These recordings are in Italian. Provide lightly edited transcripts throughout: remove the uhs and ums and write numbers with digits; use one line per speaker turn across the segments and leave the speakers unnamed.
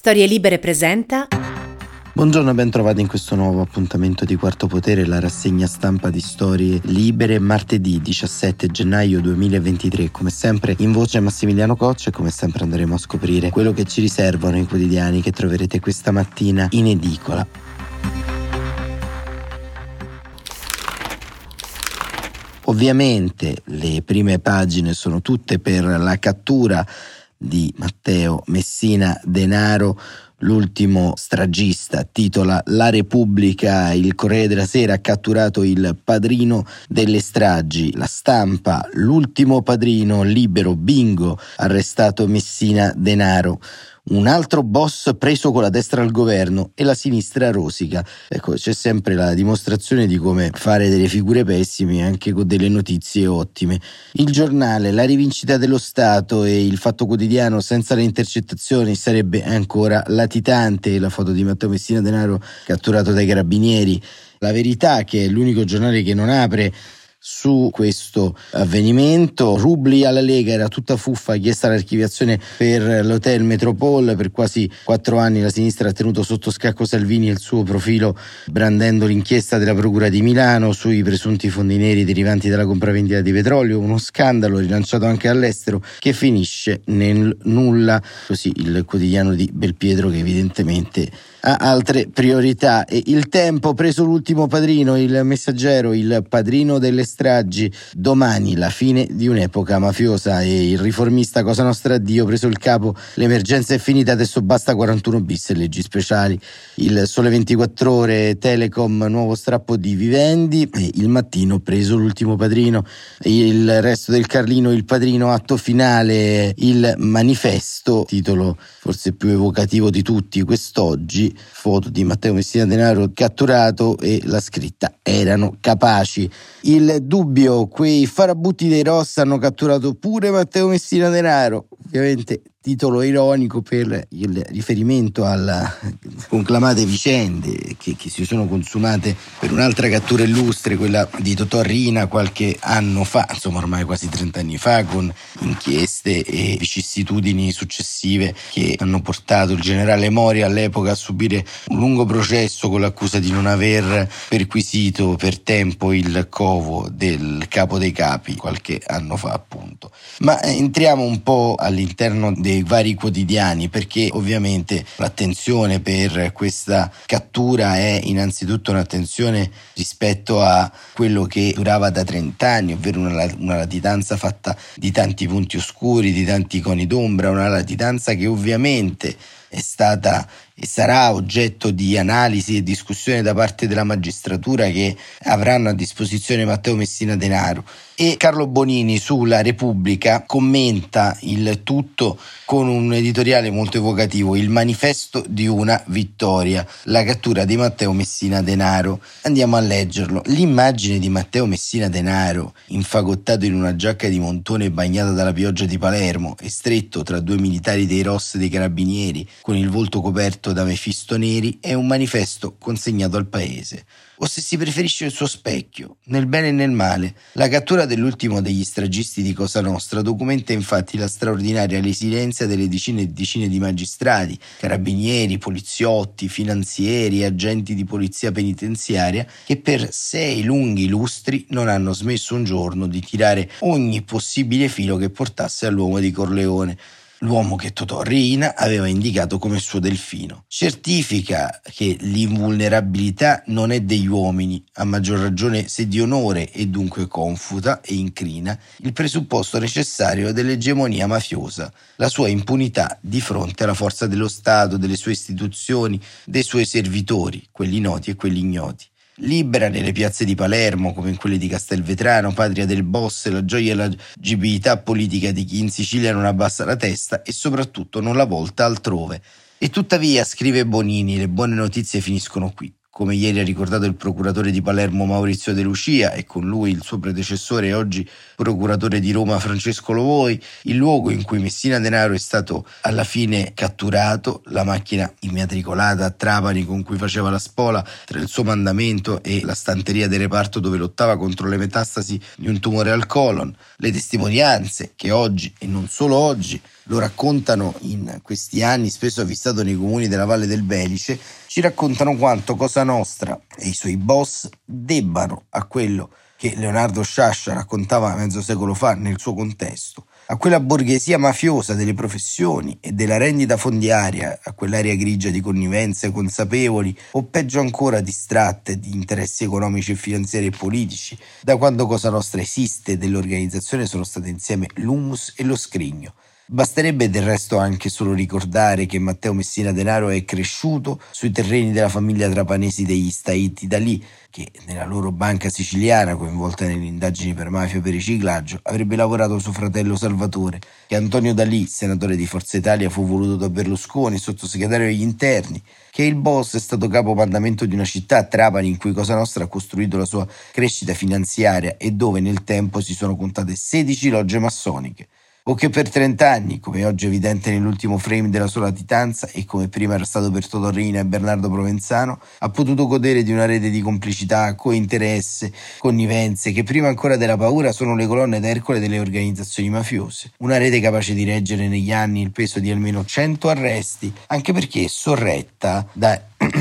Storie Libere presenta.
Buongiorno e ben trovati in questo nuovo appuntamento di Quarto Potere, la rassegna stampa di Storie Libere, martedì 17 gennaio 2023. Come sempre in voce Massimiliano Coccia e come sempre andremo a scoprire quello che ci riservano i quotidiani che troverete questa mattina in edicola. Ovviamente le prime pagine sono tutte per la cattura di Matteo Messina Denaro, l'ultimo stragista. Titola La Repubblica, il Corriere della Sera ha catturato il padrino delle stragi. La Stampa, l'ultimo padrino libero, bingo, arrestato Messina Denaro. Un altro boss preso con la destra al governo e la sinistra rosica. Ecco, c'è sempre la dimostrazione di come fare delle figure pessime anche con delle notizie ottime. Il Giornale, la rivincita dello Stato, e il Fatto Quotidiano, senza le intercettazioni sarebbe ancora latitante. La foto di Matteo Messina Denaro catturato dai carabinieri. La Verità, che è l'unico giornale che non apre su questo avvenimento. Rubli alla Lega, era tutta fuffa, chiesta l'archiviazione per l'hotel Metropole. Per quasi 4 anni la sinistra ha tenuto sotto scacco Salvini e il suo profilo, brandendo l'inchiesta della Procura di Milano sui presunti fondi neri derivanti dalla compravendita di petrolio, uno scandalo rilanciato anche all'estero che finisce nel nulla. Così il quotidiano di Belpietro, che evidentemente ha altre priorità. E Il Tempo, preso l'ultimo padrino. Il Messaggero, il padrino delle stragi, domani la fine di un'epoca mafiosa. E Il Riformista, Cosa Nostra addio, preso il capo, l'emergenza è finita, adesso basta 41 bis e leggi speciali. Il Sole 24 Ore, Telecom, nuovo strappo di Vivendi. E Il Mattino, preso l'ultimo padrino. Il Resto del Carlino, il padrino, atto finale. Il Manifesto, titolo forse più evocativo di tutti quest'oggi, foto di Matteo Messina Denaro catturato e la scritta "erano capaci". Il Dubbio, quei farabutti dei Ross hanno catturato pure Matteo Messina Denaro. Ovviamente titolo ironico per il riferimento alle conclamate vicende che si sono consumate per un'altra cattura illustre, quella di Totò Riina qualche anno fa, insomma ormai quasi 30 anni fa, con inchieste e vicissitudini successive che hanno portato il generale Mori all'epoca a subire un lungo processo con l'accusa di non aver perquisito per tempo il covo del capo dei capi qualche anno fa, appunto. Ma entriamo un po' all'interno dei vari quotidiani, perché ovviamente l'attenzione per questa cattura è innanzitutto un'attenzione rispetto a quello che durava da 30 anni, ovvero una latitanza fatta di tanti punti oscuri, di tanti coni d'ombra, una latitanza che ovviamente è stata e sarà oggetto di analisi e discussione da parte della magistratura, che avranno a disposizione Matteo Messina Denaro. E Carlo Bonini sulla Repubblica commenta il tutto con un editoriale molto evocativo: il manifesto di una vittoria, la cattura di Matteo Messina Denaro. Andiamo a leggerlo. L'immagine di Matteo Messina Denaro infagottato in una giacca di montone bagnata dalla pioggia di Palermo e stretto tra 2 militari dei Ross dei Carabinieri con il volto coperto da Mefisto neri è un manifesto consegnato al paese, o se si preferisce il suo specchio, nel bene e nel male. La cattura dell'ultimo degli stragisti di Cosa Nostra documenta infatti la straordinaria resilienza delle decine e decine di magistrati, carabinieri, poliziotti, finanzieri, agenti di polizia penitenziaria che per 6 lunghi lustri non hanno smesso un giorno di tirare ogni possibile filo che portasse all'uomo di Corleone, l'uomo che Totò Riina aveva indicato come suo delfino. Certifica che l'invulnerabilità non è degli uomini, a maggior ragione se di onore, e dunque confuta e incrina il presupposto necessario dell'egemonia mafiosa, la sua impunità di fronte alla forza dello Stato, delle sue istituzioni, dei suoi servitori, quelli noti e quelli ignoti. Libera nelle piazze di Palermo, come in quelle di Castelvetrano, patria del boss, la gioia e la l'agibilità politica di chi in Sicilia non abbassa la testa e soprattutto non la volta altrove. E tuttavia, scrive Bonini, le buone notizie finiscono qui. Come ieri ha ricordato il procuratore di Palermo Maurizio De Lucia, e con lui il suo predecessore e oggi procuratore di Roma Francesco Lovoi, il luogo in cui Messina Denaro è stato alla fine catturato, la macchina immatricolata a Trapani con cui faceva la spola tra il suo mandamento e la stanteria del reparto dove lottava contro le metastasi di un tumore al colon, le testimonianze che oggi, e non solo oggi, lo raccontano in questi anni, spesso avvistato nei comuni della Valle del Belice, ci raccontano quanto Cosa Nostra e i suoi boss debbano a quello che Leonardo Sciascia raccontava mezzo secolo fa nel suo contesto, a quella borghesia mafiosa delle professioni e della rendita fondiaria, a quell'area grigia di connivenze consapevoli o peggio ancora distratte di interessi economici e finanziari e politici. Da quando Cosa Nostra esiste, dell'organizzazione sono state insieme l'Humus e lo Scrigno. Basterebbe del resto anche solo ricordare che Matteo Messina Denaro è cresciuto sui terreni della famiglia trapanesi degli Staiti Dalì, che nella loro banca siciliana, coinvolta nelle indagini per mafia e per riciclaggio, avrebbe lavorato suo fratello Salvatore, che Antonio Dalì, senatore di Forza Italia, fu voluto da Berlusconi, sottosegretario agli interni, che il boss è stato capomandamento di una città, Trapani, in cui Cosa Nostra ha costruito la sua crescita finanziaria e dove nel tempo si sono contate 16 logge massoniche. O che per 30 anni, come oggi è evidente nell'ultimo frame della sua latitanza e come prima era stato per Totò Riina e Bernardo Provenzano, ha potuto godere di una rete di complicità, cointeresse, connivenze che prima ancora della paura sono le colonne d'Ercole delle organizzazioni mafiose. Una rete capace di reggere negli anni il peso di almeno 100 arresti, anche perché sorretta da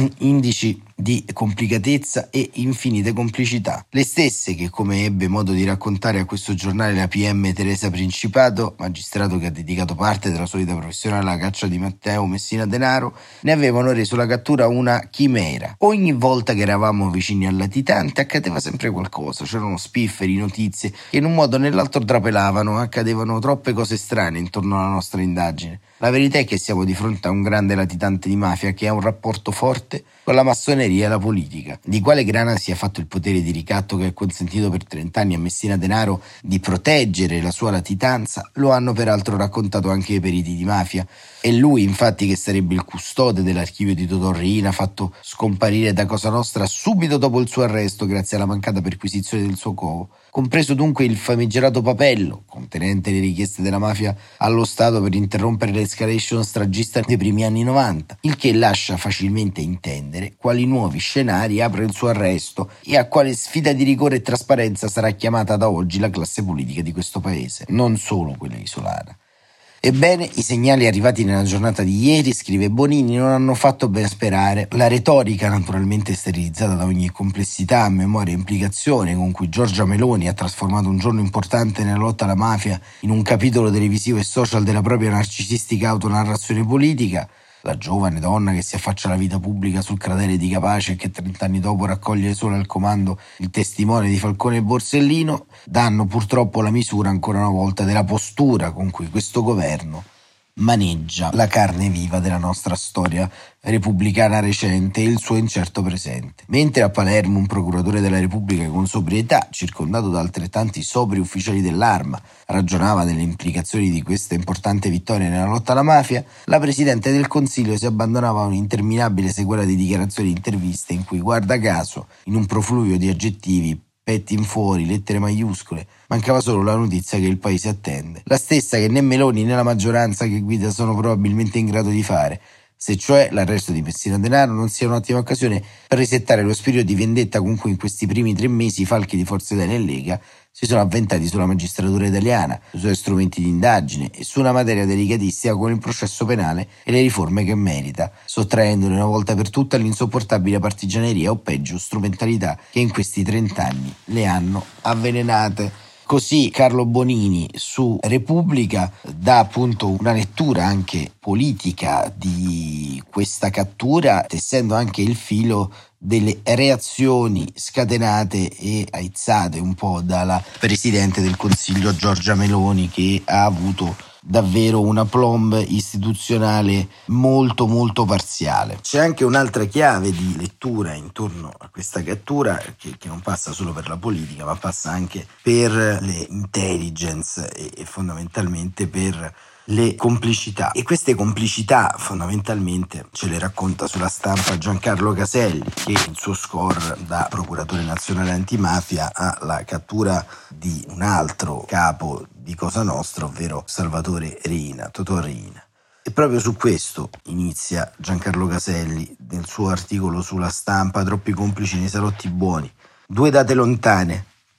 indici di complicatezza e infinite complicità. Le stesse che, come ebbe modo di raccontare a questo giornale la PM Teresa Principato, magistrato che ha dedicato parte della sua vita professionale alla caccia di Matteo Messina Denaro, ne avevano reso la cattura una chimera. Ogni volta che eravamo vicini al latitante accadeva sempre qualcosa, c'erano spifferi, notizie che in un modo o nell'altro trapelavano, accadevano troppe cose strane intorno alla nostra indagine. La verità è che siamo di fronte a un grande latitante di mafia che ha un rapporto forte con la massoneria e la politica. Di quale grana sia fatto il potere di ricatto che ha consentito per 30 anni a Messina Denaro di proteggere la sua latitanza lo hanno peraltro raccontato anche i periti di mafia. È lui infatti che sarebbe il custode dell'archivio di Totò Riina, fatto scomparire da Cosa Nostra subito dopo il suo arresto grazie alla mancata perquisizione del suo covo, compreso dunque il famigerato papello contenente le richieste della mafia allo Stato per interrompere l'escalation stragista dei primi anni 90, il che lascia facilmente intendere quali nuovi scenari apre il suo arresto e a quale sfida di rigore e trasparenza sarà chiamata da oggi la classe politica di questo paese, non solo quella isolana. Ebbene, i segnali arrivati nella giornata di ieri, scrive Bonini, non hanno fatto ben sperare. La retorica, naturalmente sterilizzata da ogni complessità, memoria e implicazione, con cui Giorgia Meloni ha trasformato un giorno importante nella lotta alla mafia in un capitolo televisivo e social della propria narcisistica autonarrazione politica, la giovane donna che si affaccia alla vita pubblica sul cratere di Capace e che 30 anni dopo raccoglie solo al comando il testimone di Falcone e Borsellino, danno purtroppo la misura ancora una volta della postura con cui questo governo maneggia la carne viva della nostra storia repubblicana recente e il suo incerto presente. Mentre a Palermo un procuratore della Repubblica con sobrietà, circondato da altrettanti sobri ufficiali dell'arma, ragionava delle implicazioni di questa importante vittoria nella lotta alla mafia, la Presidente del Consiglio si abbandonava a un'interminabile sequela di dichiarazioni e interviste in cui, guarda caso, in un profluvio di aggettivi, petti in fuori, lettere maiuscole, mancava solo la notizia che il paese attende. La stessa che né Meloni né la maggioranza che guida sono probabilmente in grado di fare, se cioè l'arresto di Messina Denaro non sia un'ottima occasione per risettare lo spirito di vendetta con cui in questi primi 3 mesi i falchi di Forza Italia e Lega si sono avventati sulla magistratura italiana, sui suoi strumenti di indagine e su una materia delicatissima come il processo penale e le riforme che merita, sottraendone una volta per tutte all'insopportabile partigianeria o peggio strumentalità che in questi 30 anni le hanno avvelenate. Così Carlo Bonini su Repubblica dà appunto una lettura anche politica di questa cattura, tessendo anche il filo delle reazioni scatenate e aizzate un po' dalla Presidente del Consiglio Giorgia Meloni, che ha avuto davvero una plomb istituzionale molto molto parziale. C'è anche un'altra chiave di lettura intorno a questa cattura che non passa solo per la politica, ma passa anche per le intelligence e fondamentalmente per le complicità. E queste complicità fondamentalmente ce le racconta sulla stampa Giancarlo Caselli, che il suo score da procuratore nazionale antimafia ha la cattura di un altro capo di Cosa Nostra, ovvero Salvatore Riina, Totò Riina. E proprio su questo inizia Giancarlo Caselli nel suo articolo sulla stampa, troppi complici nei salotti buoni. 2 date lontane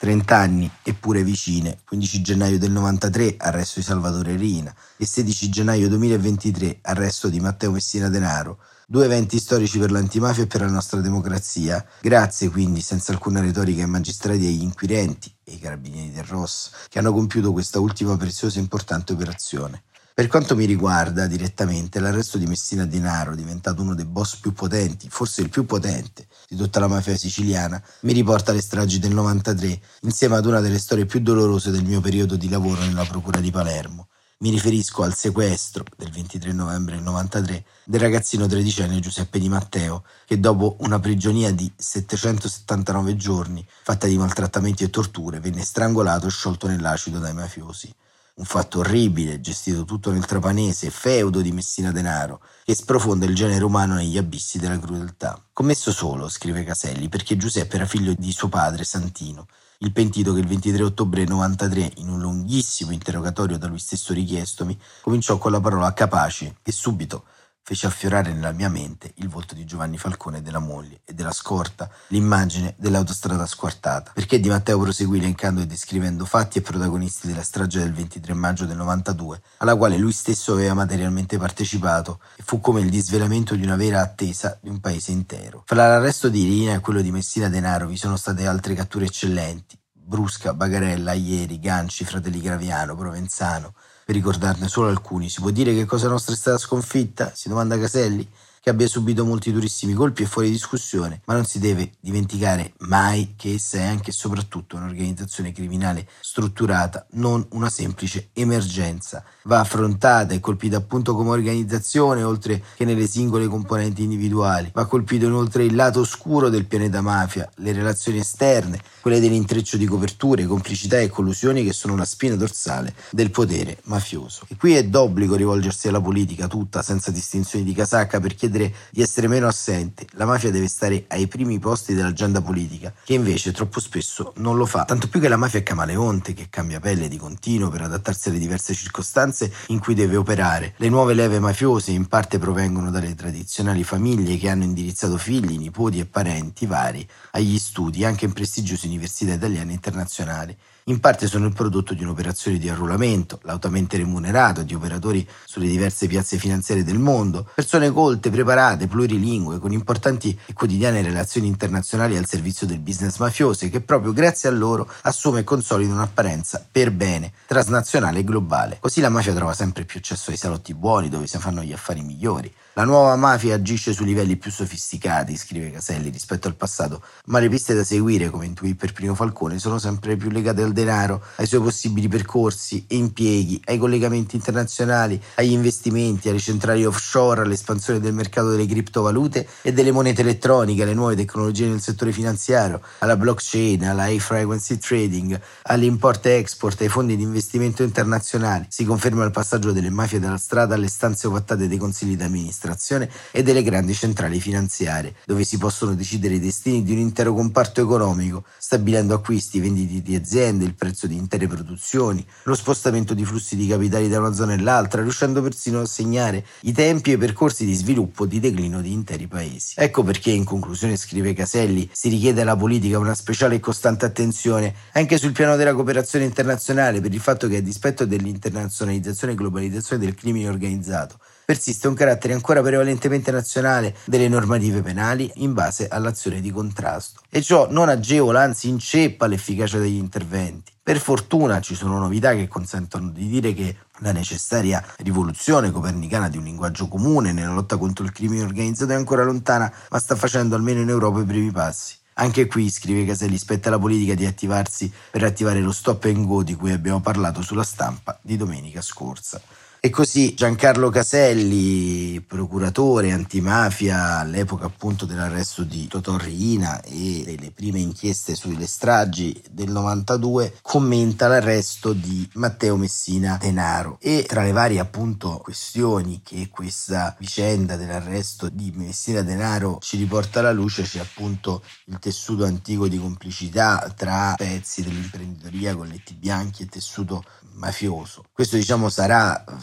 30 anni eppure vicine. 15 gennaio del 93, arresto di Salvatore Riina, e 16 gennaio 2023, arresto di Matteo Messina Denaro. 2 eventi storici per l'antimafia e per la nostra democrazia. Grazie quindi, senza alcuna retorica, ai magistrati e agli inquirenti e ai carabinieri del ROS che hanno compiuto questa ultima preziosa e importante operazione. Per quanto mi riguarda direttamente, l'arresto di Messina Denaro, diventato uno dei boss più potenti, forse il più potente di tutta la mafia siciliana, mi riporta alle stragi del 93, insieme ad una delle storie più dolorose del mio periodo di lavoro nella procura di Palermo. Mi riferisco al sequestro, del 23 novembre del 93, del ragazzino tredicenne Giuseppe Di Matteo, che dopo una prigionia di 779 giorni, fatta di maltrattamenti e torture, venne strangolato e sciolto nell'acido dai mafiosi. Un fatto orribile, gestito tutto nel trapanese feudo di Messina Denaro, che sprofonda il genere umano negli abissi della crudeltà. Commesso solo, scrive Caselli, perché Giuseppe era figlio di suo padre Santino, il pentito che il 23 ottobre 93, in un lunghissimo interrogatorio da lui stesso richiestomi, cominciò con la parola capace e subito fece affiorare nella mia mente il volto di Giovanni Falcone e della moglie e della scorta, l'immagine dell'autostrada squartata, perché Di Matteo proseguì elencando e descrivendo fatti e protagonisti della strage del 23 maggio del 92, alla quale lui stesso aveva materialmente partecipato, e fu come il disvelamento di una vera attesa di un paese intero. Fra l'arresto di Riina e quello di Messina Denaro vi sono state altre catture eccellenti: Brusca, Bagarella, Ieri, Ganci, Fratelli Graviano, Provenzano, per ricordarne solo alcuni. Si può dire che Cosa Nostra è stata sconfitta? Si domanda Caselli. Che abbia subito molti durissimi colpi è fuori discussione, ma non si deve dimenticare mai che essa è anche e soprattutto un'organizzazione criminale strutturata, non una semplice emergenza. Va affrontata e colpita appunto come organizzazione, oltre che nelle singole componenti individuali. Va colpito inoltre il lato oscuro del pianeta mafia, le relazioni esterne, quelle dell'intreccio di coperture, complicità e collusioni che sono la spina dorsale del potere mafioso. E qui è d'obbligo rivolgersi alla politica tutta, senza distinzioni di casacca, per chiedere di essere meno assente. La mafia deve stare ai primi posti dell'agenda politica, che invece troppo spesso non lo fa. Tanto più che la mafia è camaleonte, che cambia pelle di continuo per adattarsi alle diverse circostanze in cui deve operare. Le nuove leve mafiose in parte provengono dalle tradizionali famiglie che hanno indirizzato figli, nipoti e parenti vari agli studi anche in prestigiose università italiane e internazionali. In parte sono il prodotto di un'operazione di arruolamento, lautamente remunerato, di operatori sulle diverse piazze finanziarie del mondo, persone colte, preparate, plurilingue, con importanti e quotidiane relazioni internazionali al servizio del business mafioso, che proprio grazie a loro assume e consolida un'apparenza per bene, transnazionale e globale. Così la mafia trova sempre più accesso ai salotti buoni dove si fanno gli affari migliori. La nuova mafia agisce su livelli più sofisticati, scrive Caselli, rispetto al passato, ma le piste da seguire, come intuì per primo Falcone, sono sempre più legate al denaro, ai suoi possibili percorsi e impieghi, ai collegamenti internazionali, agli investimenti, alle centrali offshore, all'espansione del mercato delle criptovalute e delle monete elettroniche, alle nuove tecnologie nel settore finanziario, alla blockchain, alla high frequency trading, all'import e export, ai fondi di investimento internazionali. Si conferma il passaggio delle mafie dalla strada alle stanze opattate dei consigli d'amministrazione e delle grandi centrali finanziarie, dove si possono decidere i destini di un intero comparto economico, stabilendo acquisti, vendite di aziende, il prezzo di intere produzioni, lo spostamento di flussi di capitali da una zona all'altra, riuscendo persino a segnare i tempi e i percorsi di sviluppo di declino di interi paesi. Ecco perché, in conclusione, scrive Caselli, si richiede alla politica una speciale e costante attenzione anche sul piano della cooperazione internazionale, per il fatto che, a dispetto dell'internazionalizzazione e globalizzazione del crimine organizzato, persiste un carattere ancora prevalentemente nazionale delle normative penali in base all'azione di contrasto. E ciò non agevola, anzi inceppa l'efficacia degli interventi. Per fortuna ci sono novità che consentono di dire che la necessaria rivoluzione copernicana di un linguaggio comune nella lotta contro il crimine organizzato è ancora lontana, ma sta facendo almeno in Europa i primi passi. Anche qui, scrive Caselli, spetta alla politica di attivarsi per attivare lo stop and go di cui abbiamo parlato sulla Stampa di domenica scorsa. E così Giancarlo Caselli, procuratore antimafia all'epoca appunto dell'arresto di Totò Riina e delle prime inchieste sulle stragi del 92, commenta l'arresto di Matteo Messina Denaro. E tra le varie appunto questioni che questa vicenda dell'arresto di Messina Denaro ci riporta alla luce, c'è appunto il tessuto antico di complicità tra pezzi dell'imprenditoria, colletti bianchi e tessuto mafioso. Questo sarà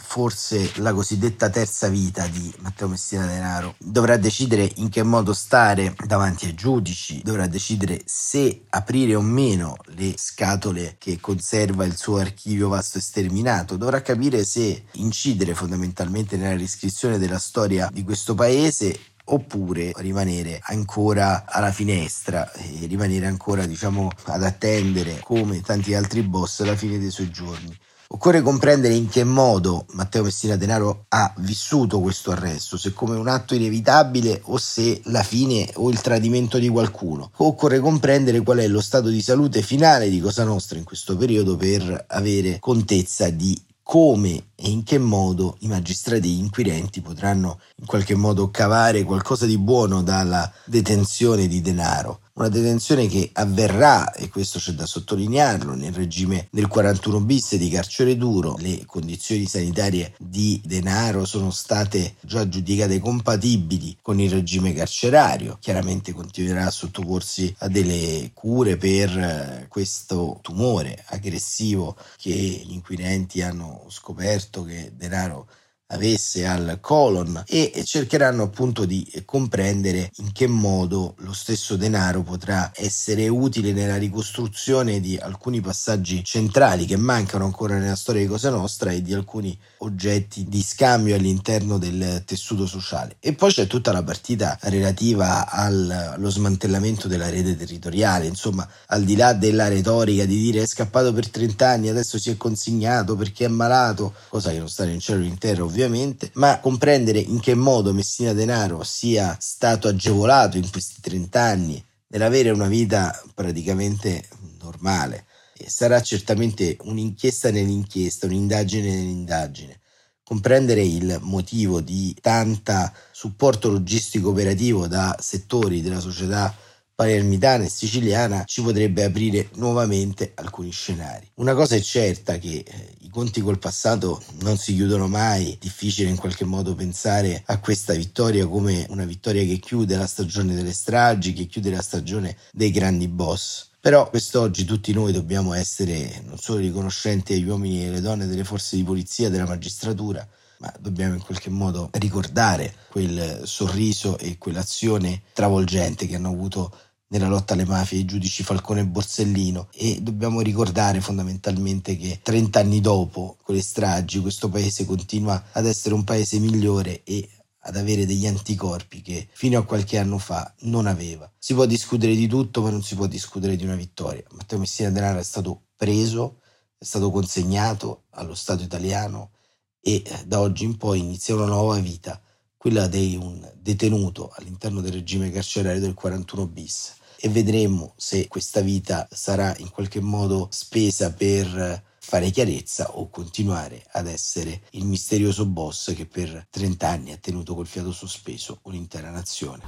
forse la cosiddetta terza vita di Matteo Messina Denaro. Dovrà decidere in che modo stare davanti ai giudici, dovrà decidere se aprire o meno le scatole che conserva il suo archivio vasto e sterminato, dovrà capire se incidere fondamentalmente nella riscrizione della storia di questo paese oppure rimanere ancora alla finestra e rimanere ancora, ad attendere come tanti altri boss la fine dei suoi giorni. Occorre comprendere in che modo Matteo Messina Denaro ha vissuto questo arresto, se come un atto inevitabile o se la fine o il tradimento di qualcuno. Occorre comprendere qual è lo stato di salute finale di Cosa Nostra in questo periodo per avere contezza di come e in che modo i magistrati inquirenti potranno in qualche modo cavare qualcosa di buono dalla detenzione di Denaro. Una detenzione che avverrà, e questo c'è da sottolinearlo, nel regime del 41 bis di carcere duro. Le condizioni sanitarie di Denaro sono state già giudicate compatibili con il regime carcerario. Chiaramente continuerà a sottoporsi a delle cure per questo tumore aggressivo che gli inquirenti hanno scoperto che Denaro avesse al colon, e cercheranno appunto di comprendere in che modo lo stesso Denaro potrà essere utile nella ricostruzione di alcuni passaggi centrali che mancano ancora nella storia di Cosa Nostra e di alcuni oggetti di scambio all'interno del tessuto sociale. E poi c'è tutta la partita relativa allo smantellamento della rete territoriale, insomma, al di là della retorica di dire è scappato per 30 anni, adesso si è consegnato perché è malato, cosa che non sta né in cielo né in terra ovviamente, ma comprendere in che modo Messina Denaro sia stato agevolato in questi 30 anni nell'avere una vita praticamente normale. E sarà certamente un'inchiesta nell'inchiesta, un'indagine nell'indagine. Comprendere il motivo di tanta supporto logistico operativo da settori della società palermitana e siciliana ci potrebbe aprire nuovamente alcuni scenari. Una cosa è certa, che i conti col passato non si chiudono mai. Difficile in qualche modo pensare a questa vittoria come una vittoria che chiude la stagione delle stragi, che chiude la stagione dei grandi boss. Però quest'oggi tutti noi dobbiamo essere non solo riconoscenti agli uomini e alle donne delle forze di polizia, della magistratura, ma dobbiamo in qualche modo ricordare quel sorriso e quell'azione travolgente che hanno avuto nella lotta alle mafie i giudici Falcone e Borsellino, e dobbiamo ricordare fondamentalmente che 30 anni dopo quelle stragi questo paese continua ad essere un paese migliore e ad avere degli anticorpi che fino a qualche anno fa non aveva. Si può discutere di tutto, ma non si può discutere di una vittoria. Matteo Messina Denaro è stato preso, è stato consegnato allo Stato italiano e da oggi in poi inizia una nuova vita, quella di un detenuto all'interno del regime carcerario del 41 bis, e vedremo se questa vita sarà in qualche modo spesa per fare chiarezza o continuare ad essere il misterioso boss che per 30 anni ha tenuto col fiato sospeso un'intera nazione.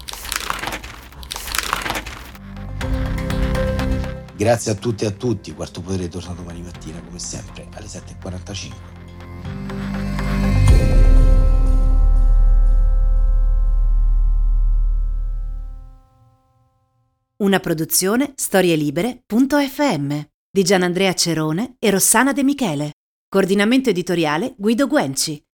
Grazie a tutte e a tutti. Quarto Potere torna domani mattina come sempre alle 7:45.
Una produzione storielibere.fm di Gianandrea Cerone e Rossana De Michele. Coordinamento editoriale Guido Guenci.